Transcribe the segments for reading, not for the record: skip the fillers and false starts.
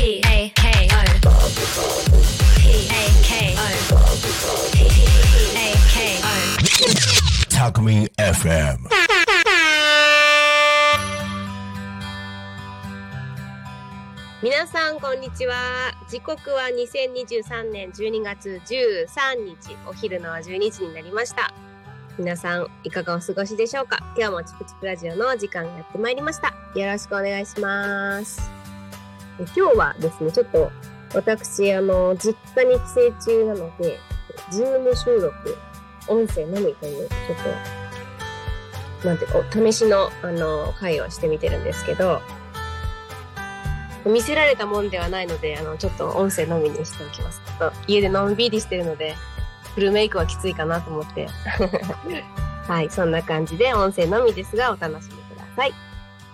Talkme FM。 皆さんこんにちは。時刻は2023年12月13日お昼の12時になりました。皆さんいかがお過ごしでしょうか。今日もチプチプラジオの時間がやってまいりました。よろしくお願いします。今日はですね、ちょっと私実家に帰省中なのでズーム収録音声のみというちょっとなんていうか試しの会をしてみてるんですけど、見せられたもんではないのでちょっと音声のみにしておきます。家でのんびりしてるのでフルメイクはきついかなと思ってはい、そんな感じで音声のみですがお楽しみください。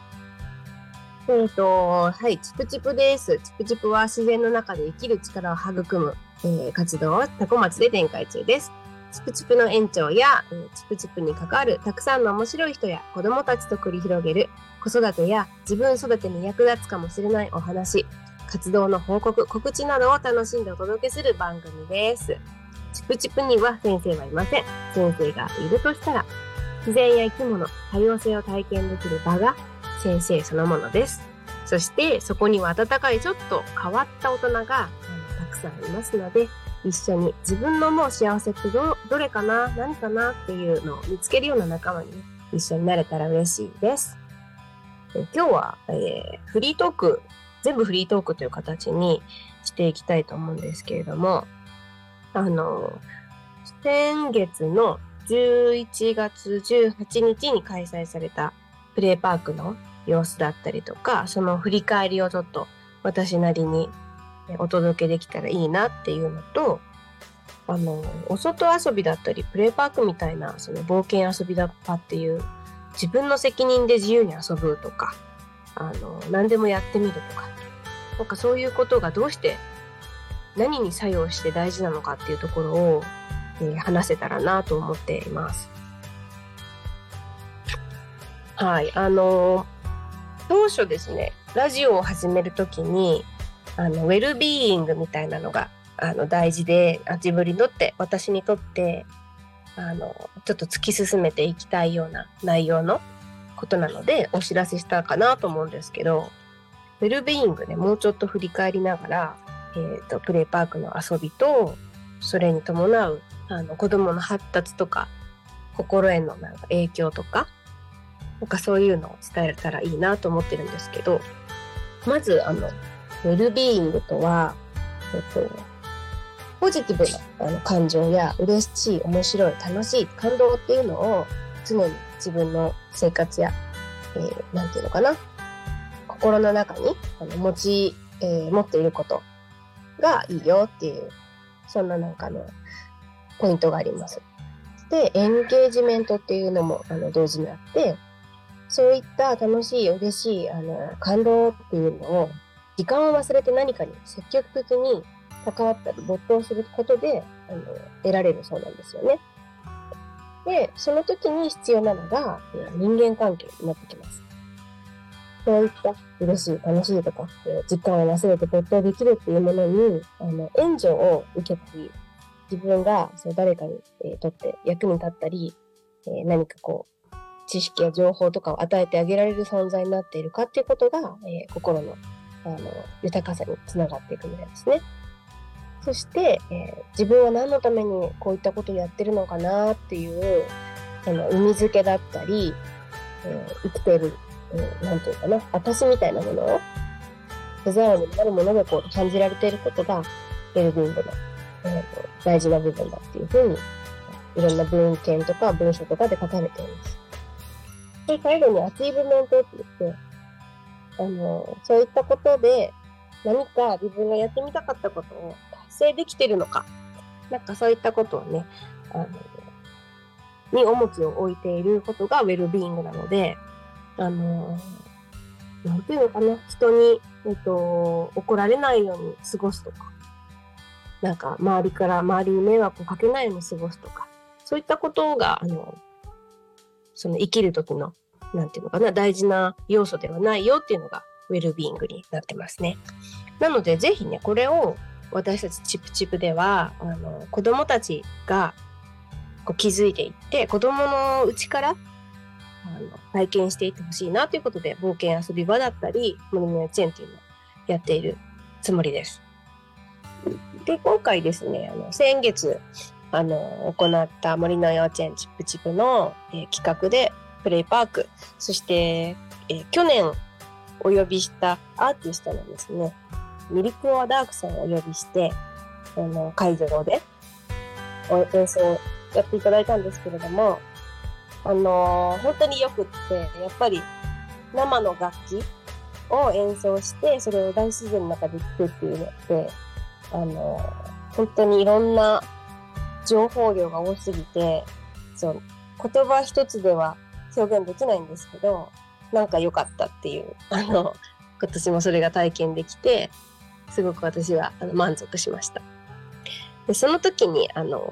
はい、チプチプです。チプチプは自然の中で生きる力を育む、活動を多古町で展開中です。チプチプの園長や、チプチプに関わるたくさんの面白い人や子供たちと繰り広げる子育てや自分育てに役立つかもしれないお話、活動の報告、告知などを楽しんでお届けする番組です。チプチプには先生はいません。先生がいるとしたら、自然や生き物、多様性を体験できる場が先生そのものです。そしてそこには温かいちょっと変わった大人がたくさんいますので、一緒に自分の思う幸せってどれかな、何かなっていうのを見つけるような仲間に、一緒になれたら嬉しいです。今日は、フリートーク、全部フリートークという形にしていきたいと思うんですけれども、先月の11月18日に開催されたプレイパークの様子だったりとか、その振り返りをちょっと私なりにお届けできたらいいなっていうのと、お外遊びだったりプレイパークみたいなその冒険遊びだったっていう自分の責任で自由に遊ぶとか、何でもやってみるとか、なんかそういうことがどうして何に作用して大事なのかっていうところを、話せたらなと思っています。はい、当初ですね、ラジオを始めるときにウェルビーイングみたいなのが大事で、私にとってちょっと突き進めていきたいような内容のことなのでお知らせしたかなと思うんですけど、ウェルビーイングね、もうちょっと振り返りながら、プレイパークの遊びとそれに伴う子どもの発達とか心へのなんか影響とか、なんかそういうのを伝えたらいいなと思ってるんですけど、まずウェルビーイングとは、ポジティブな感情や嬉しい、面白い、楽しい、感動っていうのを常に自分の生活や、なんていうのかな、心の中に持っていることがいいよっていう、そんななんかポイントがあります。で、エンゲージメントっていうのも同時にあって、そういった楽しい、嬉しい、感動っていうのを時間を忘れて何かに積極的に関わったり没頭することで得られるそうなんですよね。で、その時に必要なのが人間関係になってきます。そういった嬉しい、楽しいとか時間を忘れて没頭できるっていうものに援助を受けたり、自分が誰かにとって役に立ったり、何か知識や情報とかを与えてあげられる存在になっているかっていうことが、心の豊かさにつながっていくみたいですね。そして、自分は何のためにこういったことをやってるのかなっていう意味付けだったり、生きている、なんていうかな、私みたいなものをデザインになるもので感じられていることがウェルビーイングの、大事な部分だっていうふうにいろんな文献とか文書とかで書かれています。で、最後にアチーブメントって言って、そういったことで何か自分がやってみたかったことを達成できているのか、なんかそういったことをね、に重きを置いていることがウェルビーイングなので、なんていうのかな、人に、怒られないように過ごすとか、なんか周りに迷惑をかけないように過ごすとか、そういったことがその生きる時のなんていうのかな、大事な要素ではないよっていうのがウェルビーイングになってますね。 なのでぜひね、これを私たちチップチップでは子どもたちがこう気づいていって、子どものうちから体験していってほしいなということで、冒険遊び場だったり森の幼稚園っていうのをやっているつもりです。で、今回ですね、先月行った森の幼稚園チップチップの、企画でプレイパーク、そして、去年お呼びしたアーティストのですね、ミルクオアダークさんをお呼びして会場で演奏をやっていただいたんですけれども、本当によくって、やっぱり生の楽器を演奏してそれを大自然の中で聴くっていうのって本当にいろんな情報量が多すぎて、そう言葉一つでは表現できないんですけど、なんか良かったっていう今年もそれが体験できて、すごく私は満足しました。でその時に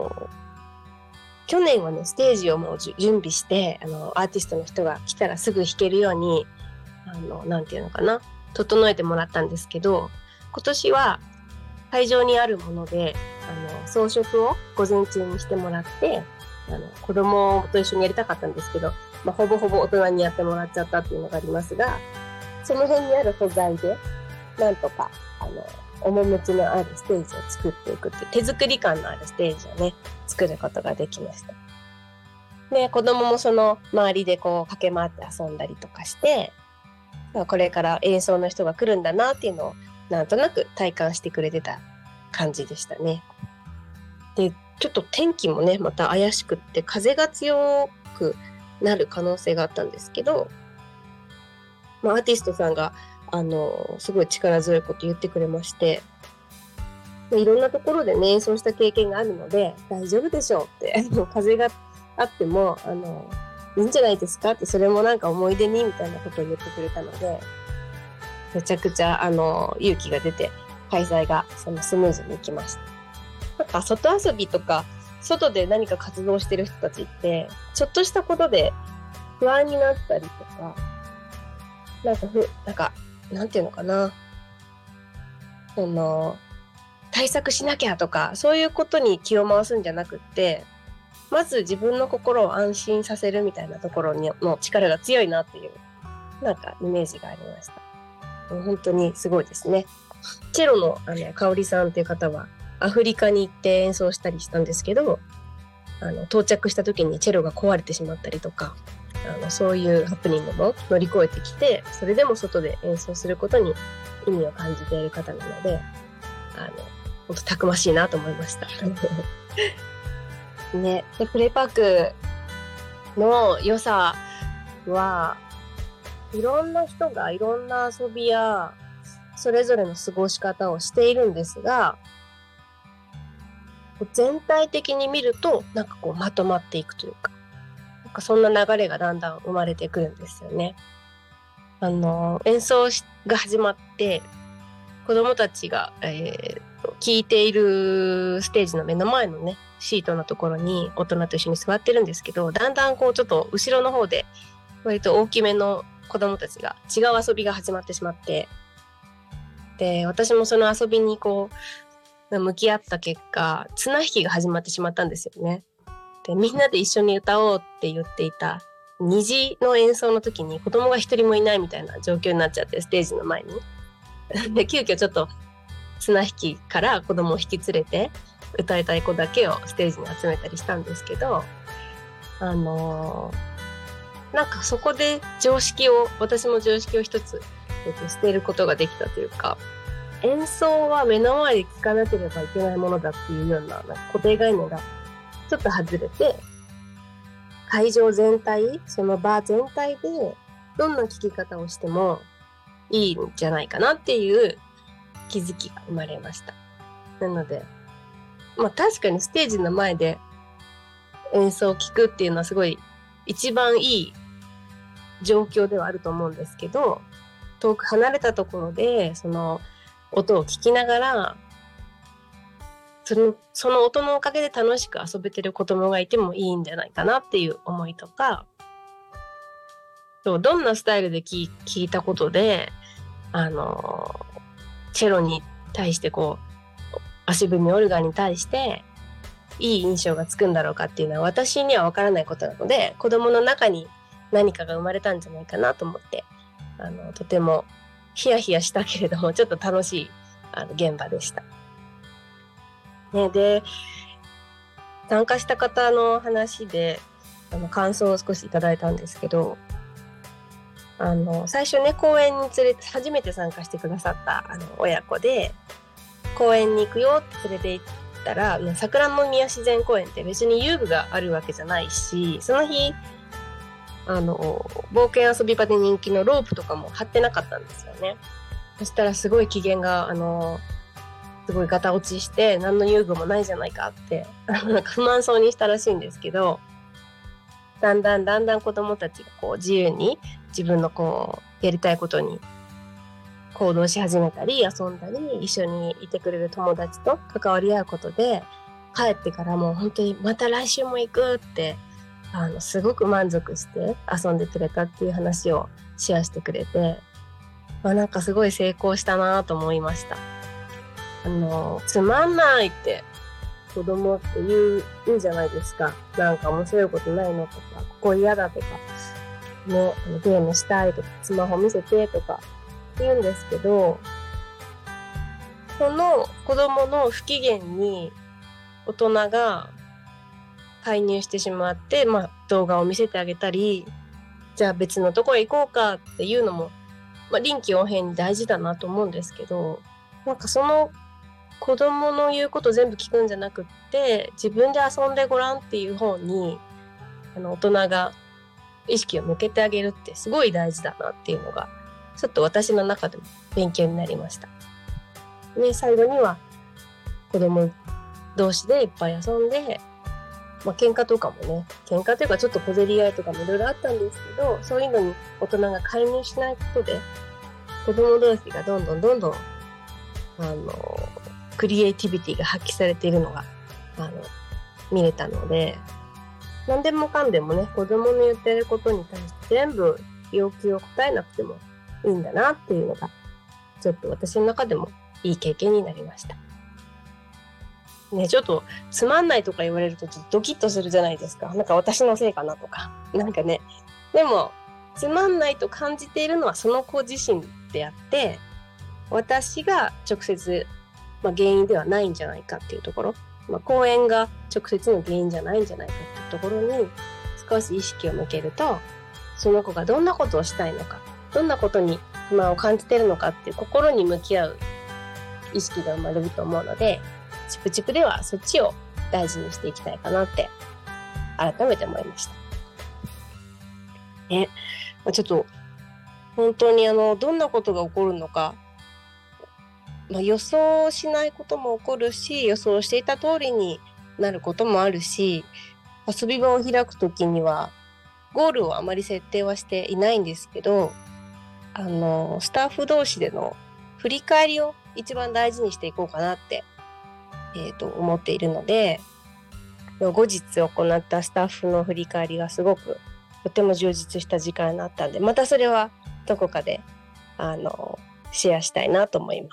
去年はね、ステージをもう準備してアーティストの人が来たらすぐ弾けるようになんていうのかな、整えてもらったんですけど、今年は会場にあるもので装飾を午前中にしてもらって、子供と一緒にやりたかったんですけど、ほぼほぼ大人にやってもらっちゃったっていうのがありますが、その辺にある素材でなんとか趣のあるステージを作っていくっていう、手作り感のあるステージをね作ることができました。で、子供もその周りでこう駆け回って遊んだりとかして、これから演奏の人が来るんだなっていうのをなんとなく体感してくれてた感じでしたね。で、ちょっと天気もねまた怪しくって、風が強くなる可能性があったんですけど、アーティストさんがすごい力強いこと言ってくれまして、でいろんなところでね演奏した経験があるので大丈夫でしょうって風があってもいいんじゃないですかって、それもなんか思い出にみたいなことを言ってくれたので、めちゃくちゃ勇気が出て開催がスムーズにいきました。なんか外遊びとか外で何か活動してる人たちってちょっとしたことで不安になったりとか、なんかなんていうのかな、対策しなきゃとかそういうことに気を回すんじゃなくって、まず自分の心を安心させるみたいなところの力が強いなっていうなんかイメージがありました。本当にすごいですね。チェロの香織さんっていう方はアフリカに行って演奏したりしたんですけど、到着した時にチェロが壊れてしまったりとか、そういうハプニングも乗り越えてきて、それでも外で演奏することに意味を感じている方なので、本当たくましいなと思いましたね。でプレイパークの良さはいろんな人がいろんな遊びやそれぞれの過ごし方をしているんですが、全体的に見るとなんかこうまとまっていくというか、なんかそんな流れがだんだん生まれてくるんですよね。演奏が始まって子どもたちが、聴いているステージの目の前のねシートのところに大人と一緒に座ってるんですけど、だんだんこうちょっと後ろの方で割と大きめの子どもたちが違う遊びが始まってしまって、で私もその遊びにこう向き合った結果、綱引きが始まってしまったんですよね。でみんなで一緒に歌おうって言っていた虹の演奏の時に子供が一人もいないみたいな状況になっちゃって、ステージの前にで急遽ちょっと綱引きから子供を引き連れて歌いたい子だけをステージに集めたりしたんですけど、なんかそこで私も常識を一つ捨てることができたというか、演奏は目の前で聴かなければいけないものだっていうような固定概念がちょっと外れて、会場全体、その場全体でどんな聴き方をしてもいいんじゃないかなっていう気づきが生まれました。なので、確かにステージの前で演奏を聴くっていうのはすごい一番いい状況ではあると思うんですけど、遠く離れたところでその音を聞きながらその音のおかげで楽しく遊べてる子供がいてもいいんじゃないかなっていう思いとか、どんなスタイルで聞いたことでちチェロに対してこう足踏みオルガンに対していい印象がつくんだろうかっていうのは私には分からないことなので、子供の中に何かが生まれたんじゃないかなと思って、とてもヒヤヒヤしたけれどもちょっと楽しい現場でした、ね。で、参加した方の話で感想を少しいただいたんですけど、最初ね、公園に初めて参加してくださった親子で、公園に行くよって連れて行ったら、桜宮自然公園って別に遊具があるわけじゃないし、その日冒険遊び場で人気のロープとかも張ってなかったんですよね。そしたらすごい機嫌がすごいガタ落ちして、何の遊具もないじゃないかってなんか不満そうにしたらしいんですけど、だんだん子供たちがこう自由に自分のこうやりたいことに行動し始めたり、遊んだり、一緒にいてくれる友達と関わり合うことで、帰ってからもう本当にまた来週も行くってすごく満足して遊んでくれたっていう話をシェアしてくれて、なんかすごい成功したなと思いました。つまんないって子供って言うじゃないですか。なんか面白いことないのとか、ここ嫌だとか、ね、ゲームしたいとか、スマホ見せてとか言うんですけど、その子供の不機嫌に大人が介入してしまって、動画を見せてあげたり、じゃあ別のとこへ行こうかっていうのも、臨機応変に大事だなと思うんですけど、なんかその子供の言うこと全部聞くんじゃなくって、自分で遊んでごらんっていう方に大人が意識を向けてあげるってすごい大事だなっていうのがちょっと私の中でも勉強になりました。で、最後には子供同士でいっぱい遊んで、喧嘩とかもね、喧嘩というかちょっと小競り合いとかもいろいろあったんですけど、そういうのに大人が介入しないことで、子供同士がどんどんクリエイティビティが発揮されているのが見れたので、何でもかんでもね、子供の言ってることに対して全部要求を答えなくてもいいんだなっていうのがちょっと私の中でもいい経験になりましたね。ちょっとつまんないとか言われるとちょっとドキッとするじゃないですか。なんか私のせいかなとか、なんかね。でもつまんないと感じているのはその子自身であって、私が直接原因ではないんじゃないかっていうところ、公園が直接の原因じゃないんじゃないかっていうところに少し意識を向けると、その子がどんなことをしたいのか、どんなことに不満を感じているのかっていう心に向き合う意識が生まれると思うので、チプチプではそっちを大事にしていきたいかなって改めて思いましたね。ちょっと本当にどんなことが起こるのか、予想しないことも起こるし、予想していた通りになることもあるし、遊び場を開くときにはゴールをあまり設定はしていないんですけど、スタッフ同士での振り返りを一番大事にしていこうかなって、思っているので、後日行ったスタッフの振り返りがすごくとても充実した時間になったんで、またそれはどこかでシェアしたいなと思います。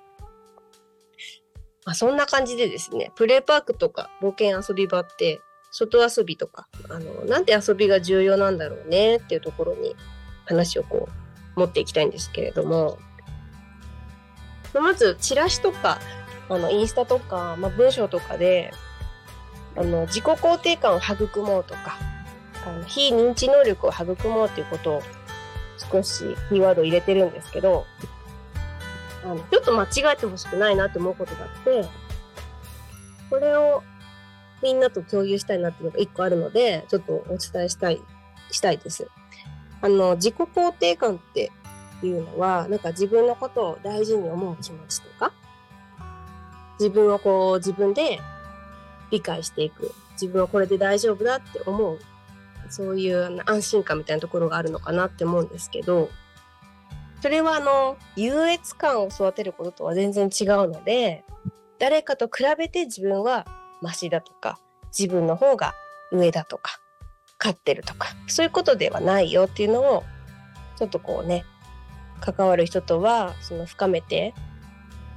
そんな感じでですね、プレイパークとか冒険遊び場って外遊びとかなんで遊びが重要なんだろうねっていうところに話をこう持っていきたいんですけれども、まずチラシとかインスタとか、文章とかで自己肯定感を育もうとか非認知能力を育もうということを少しキーワードを入れてるんですけど、ちょっと間違えてほしくないなって思うことがあって、これをみんなと共有したいなっていうのが一個あるので、ちょっとお伝えしたいです。自己肯定感っていうのは、なんか自分のことを大事に思う気持ちとか、自分をこう自分で理解していく、自分はこれで大丈夫だって思う、そういう安心感みたいなところがあるのかなって思うんですけど、それは優越感を育てることとは全然違うので、誰かと比べて自分はマシだとか、自分の方が上だとか、勝ってるとか、そういうことではないよっていうのをちょっとこうね、関わる人とは深めて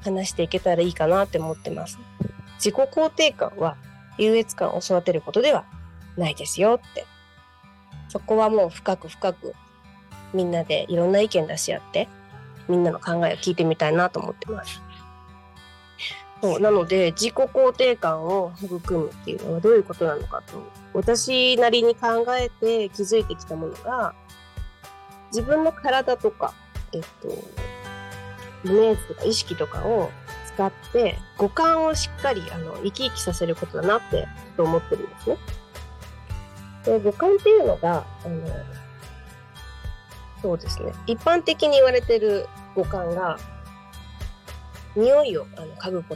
話していけたらいいかなって思ってます。自己肯定感は優越感を育てることではないですよって。そこはもう深くみんなでいろんな意見出し合ってみんなの考えを聞いてみたいなと思ってます。そうなので自己肯定感を育むっていうのはどういうことなのかと、私なりに考えて気づいてきたものが、自分の体とか、イメージとか意識とかを使って五感をしっかり生き生きさせることだなってと思ってるんですね。で、五感っていうのがそうですね、一般的に言われてる五感が、匂いを嗅ぐこと、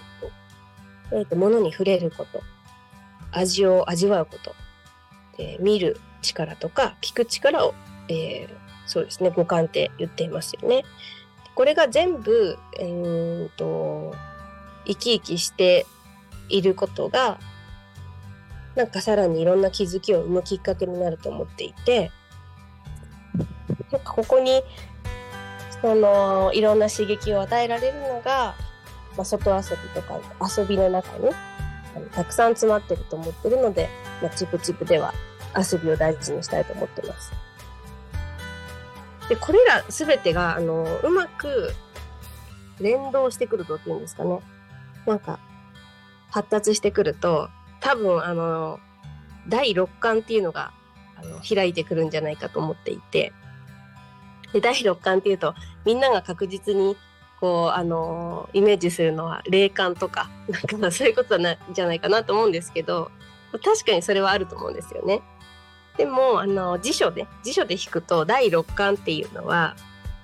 物に触れること、味を味わうこと、見る力とか聞く力を、そうですね、五感って言っていますよね。これが全部、生き生きしていることが、なんかさらにいろんな気づきを生むきっかけになると思っていて、なんかここにいろんな刺激を与えられるのが、外遊びとか遊びの中にたくさん詰まってると思ってるので、チプチプでは遊びを大事にしたいと思ってます。で、これらすべてがうまく連動してくるとっていうんですかね、なんか発達してくると、多分第六感っていうのが開いてくるんじゃないかと思っていて、で、第六感っていうとみんなが確実にこうイメージするのは霊感とかなんかそういうことじゃないかなと思うんですけど、確かにそれはあると思うんですよね。でも辞書で引くと第六感っていうのは、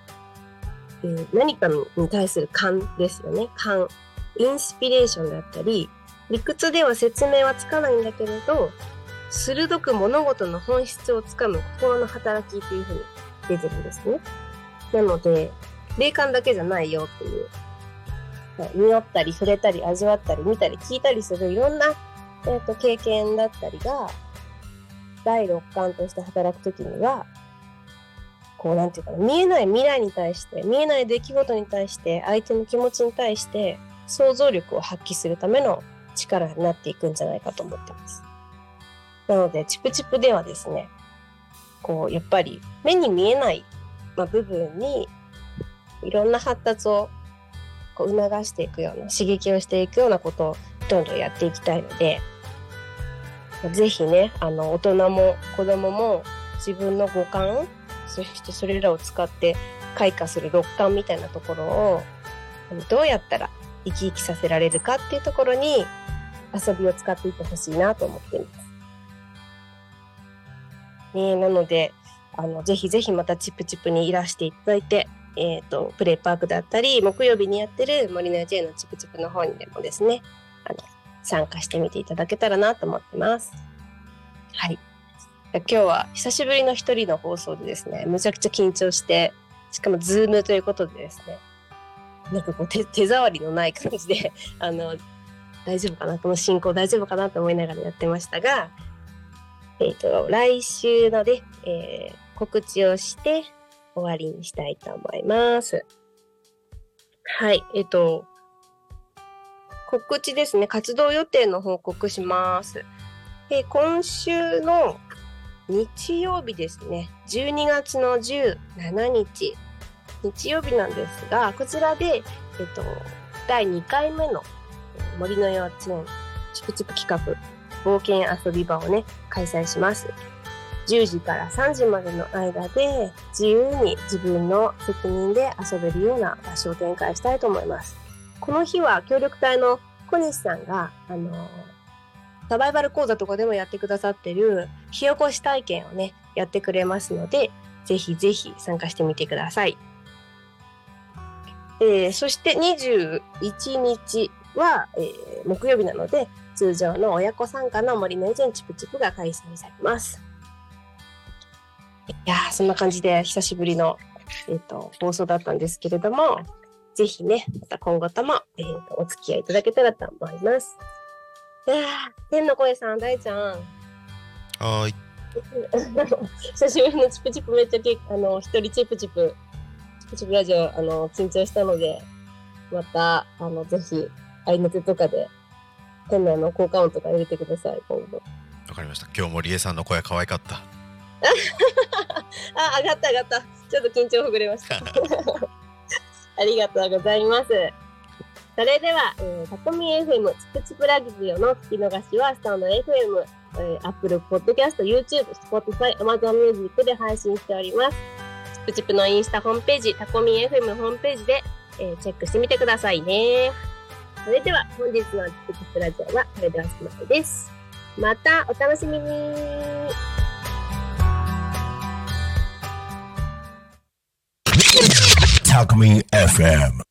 何かに対する感ですよね。感、インスピレーションだったり、理屈では説明はつかないんだけれど、鋭く物事の本質をつかむ心の働きっていうふうに出てるんですね。なので霊感だけじゃないよっていう、匂ったり触れたり味わったり見たり聞いたりするいろんな、経験だったりが第六感として働くときには、こうなんていうかな、見えない未来に対して、見えない出来事に対して、相手の気持ちに対して想像力を発揮するための力になっていくんじゃないかと思ってます。なのでチプチプではですね、こうやっぱり目に見えない、部分にいろんな発達をこう促していくような、刺激をしていくようなことをどんどんやっていきたいので、ぜひね、大人も子供も自分の五感、そしてそれらを使って開花する六感みたいなところをどうやったら生き生きさせられるかっていうところに遊びを使っていってほしいなと思っています。なのでぜひぜひまたチプチプにいらしていただいて、プレイパークだったり木曜日にやってる森の J のチプチプの方にでもですね、参加してみていただけたらなと思ってます。はい。今日は久しぶりの一人の放送でですね、むちゃくちゃ緊張して、しかもズームということでですね、なんかこう手触りのない感じで大丈夫かな、この進行大丈夫かなと思いながらやってましたが、来週ので、告知をして終わりにしたいと思います。はい、告知ですね、活動予定の報告します。今週の日曜日ですね、12月の17日、日曜日なんですが、こちらで、第2回目の森の幼稚園チプチプ企画冒険遊び場をね、開催します。10時から3時までの間で自由に自分の責任で遊べるような場所を展開したいと思います。この日は協力隊の小西さんが、サバイバル講座とかでもやってくださってる火起こし体験をね、やってくれますので、ぜひぜひ参加してみてください。そして21日は、木曜日なので、通常の親子参加の森のエジェンチプチプが開催されます。いやー、そんな感じで久しぶりの、放送だったんですけれども、ぜひね、また今後とも、お付き合いいただけたらと思います。天の声さん、大ちゃん。 はーい。 久しぶりのチプチプめっちゃ一人チプチプラジオ緊張したので、 また、ぜひ、合いの手とかで、店内の効果音とか入れてください、今度。 わかりました。今日もリエさんの声可愛かった。 あ、上がった。ちょっと緊張ほぐれました。ありがとうございます。それでは、タコミ FM チプチプラジオの聞き逃しは、スタンド FM、Apple Podcast、YouTube、Spotify、Amazon Music で配信しております。チプチプのインスタホームページ、タコミ FM ホームページで、チェックしてみてくださいね。それでは、本日のチプチプラジオはこれでおしまいです。またお楽しみに。 Talk Me FM